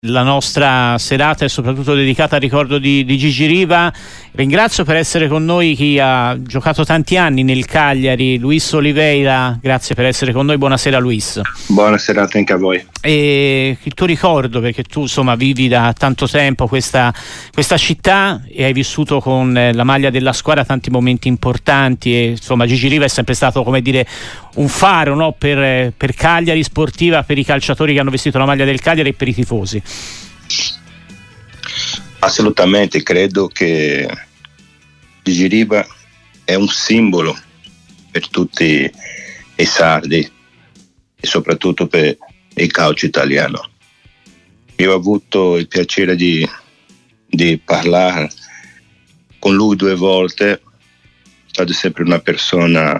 La nostra serata è soprattutto dedicata al ricordo di Gigi Riva. Ringrazio per essere con noi chi ha giocato tanti anni nel Cagliari, Luis Oliveira, grazie per essere con noi, buonasera Luis. Buona serata anche a voi. E il tuo ricordo, perché tu insomma vivi da tanto tempo questa città e hai vissuto con la maglia della squadra tanti momenti importanti, e insomma Gigi Riva è sempre stato, come dire, un faro, no? per Cagliari Sportiva, per i calciatori che hanno vestito la maglia del Cagliari e per i tifosi. Assolutamente, credo che Gigi Riva è un simbolo per tutti i sardi e soprattutto per il calcio italiano. Io ho avuto il piacere di parlare con lui 2 volte, è stato sempre una persona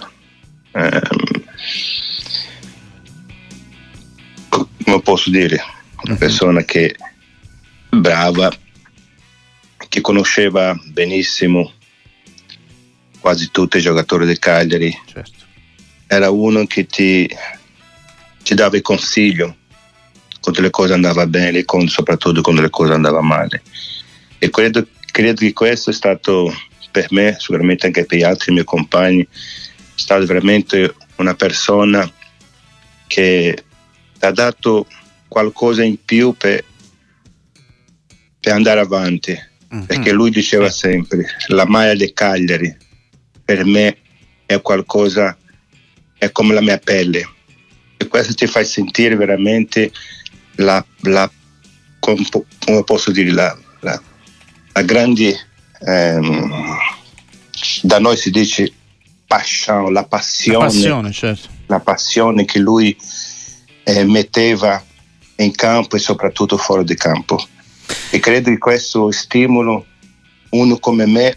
come posso dire, una persona che brava, che conosceva benissimo quasi tutti i giocatori del Cagliari. Certo. Era uno che ti dava il consiglio quando le cose andavano bene, soprattutto quando le cose andavano male. E credo che questo è stato per me, sicuramente anche per gli altri miei compagni, è stato veramente una persona che ha dato qualcosa in più per andare avanti, perché lui diceva sempre: la maglia del Cagliari per me è qualcosa, è come la mia pelle, e questo ti fa sentire veramente come posso dire, la grande, da noi si dice passion, la passione, certo. La passione che lui metteva in campo e soprattutto fuori di campo. E credo che questo stimolo, uno come me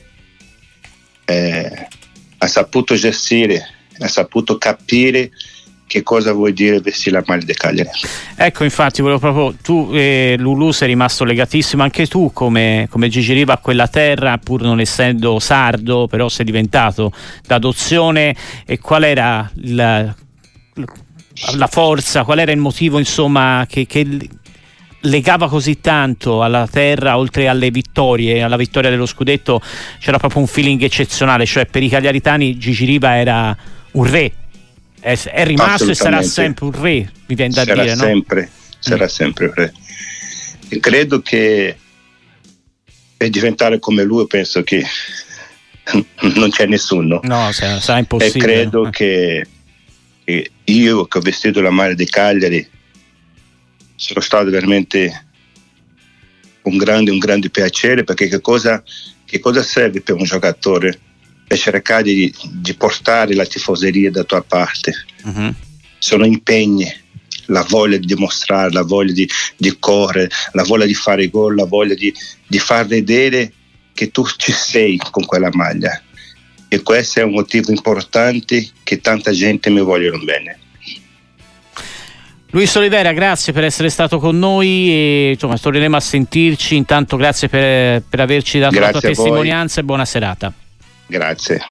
ha saputo gestire, ha saputo capire che cosa vuol dire vestire la maglia del Cagliari. Ecco, infatti volevo proprio, tu Lulu sei rimasto legatissimo anche tu come Gigi Riva a quella terra, pur non essendo sardo, però sei diventato d'adozione. E qual era la forza, qual era il motivo insomma che legava così tanto alla terra? Oltre alle vittorie, alla vittoria dello scudetto, c'era proprio un feeling eccezionale, cioè per i cagliaritani Gigi Riva era un re, è rimasto e sarà sempre un re, mi viene da dire, sarà sempre un re. E credo che per diventare come lui penso che non c'è nessuno, sarà impossibile. E credo che io che ho vestito la maglia di Cagliari sono stato veramente un grande piacere, perché che cosa serve per un giocatore? Per cercare di portare la tifoseria da tua parte. Sono impegni, la voglia di dimostrare, la voglia di correre, la voglia di fare gol, la voglia di far vedere che tu ci sei con quella maglia, e questo è un motivo importante che tanta gente mi vogliono bene. Luis Oliveira, grazie per essere stato con noi, e insomma torneremo a sentirci. Intanto grazie per averci dato la tua testimonianza e buona serata. Grazie.